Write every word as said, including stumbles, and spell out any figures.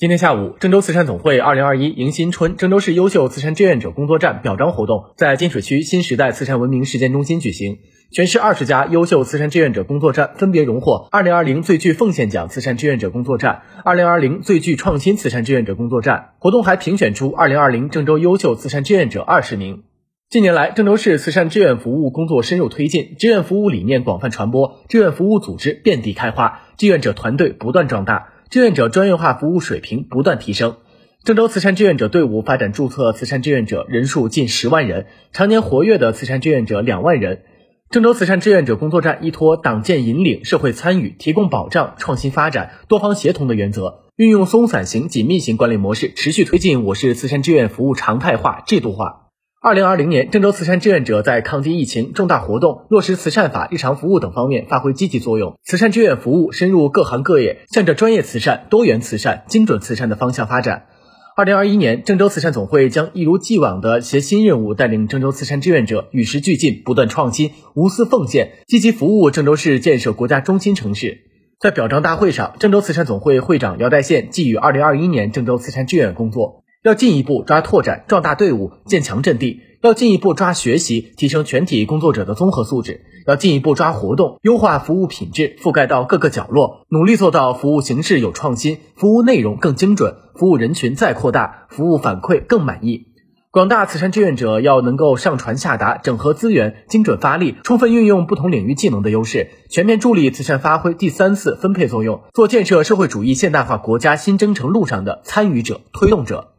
今天下午，郑州慈善总会二零二一迎新春郑州市优秀慈善志愿者工作站表彰活动在金水区新时代慈善文明实践中心举行。全市二十家优秀慈善志愿者工作站分别荣获二零二零最具奉献奖慈善志愿者工作站、二零二零最具创新慈善志愿者工作站。活动还评选出二零二零郑州优秀慈善志愿者二十名。近年来，郑州市慈善志愿服务工作深入推进，志愿服务理念广泛传播，志愿服务组织遍地开花，志愿者团队不断壮大，志愿者专业化服务水平不断提升。郑州慈善志愿者队伍发展注册慈善志愿者人数近十万人，常年活跃的慈善志愿者两万人。郑州慈善志愿者工作站依托党建引领、社会参与、提供保障、创新发展、多方协同的原则，运用松散型、紧密型管理模式，持续推进我市慈善志愿服务常态化、制度化。二零二零年，郑州慈善志愿者在抗击疫情、重大活动、落实慈善法、日常服务等方面发挥积极作用，慈善志愿服务深入各行各业，向着专业慈善、多元慈善、精准慈善的方向发展。二零二一年，郑州慈善总会将一如既往的携新任务，带领郑州慈善志愿者与时俱进，不断创新，无私奉献，积极服务郑州市建设国家中心城市。在表彰大会上，郑州慈善总会会长姚代宪寄语二零二一年郑州慈善志愿工作，要进一步抓拓展、壮大队伍、建强阵地，要进一步抓学习，提升全体工作者的综合素质，要进一步抓活动，优化服务品质，覆盖到各个角落，努力做到服务形式有创新，服务内容更精准，服务人群再扩大，服务反馈更满意。广大慈善志愿者要能够上传下达，整合资源，精准发力，充分运用不同领域技能的优势，全面助力慈善发挥第三次分配作用，做建设社会主义现代化国家新征程路上的参与者、推动者。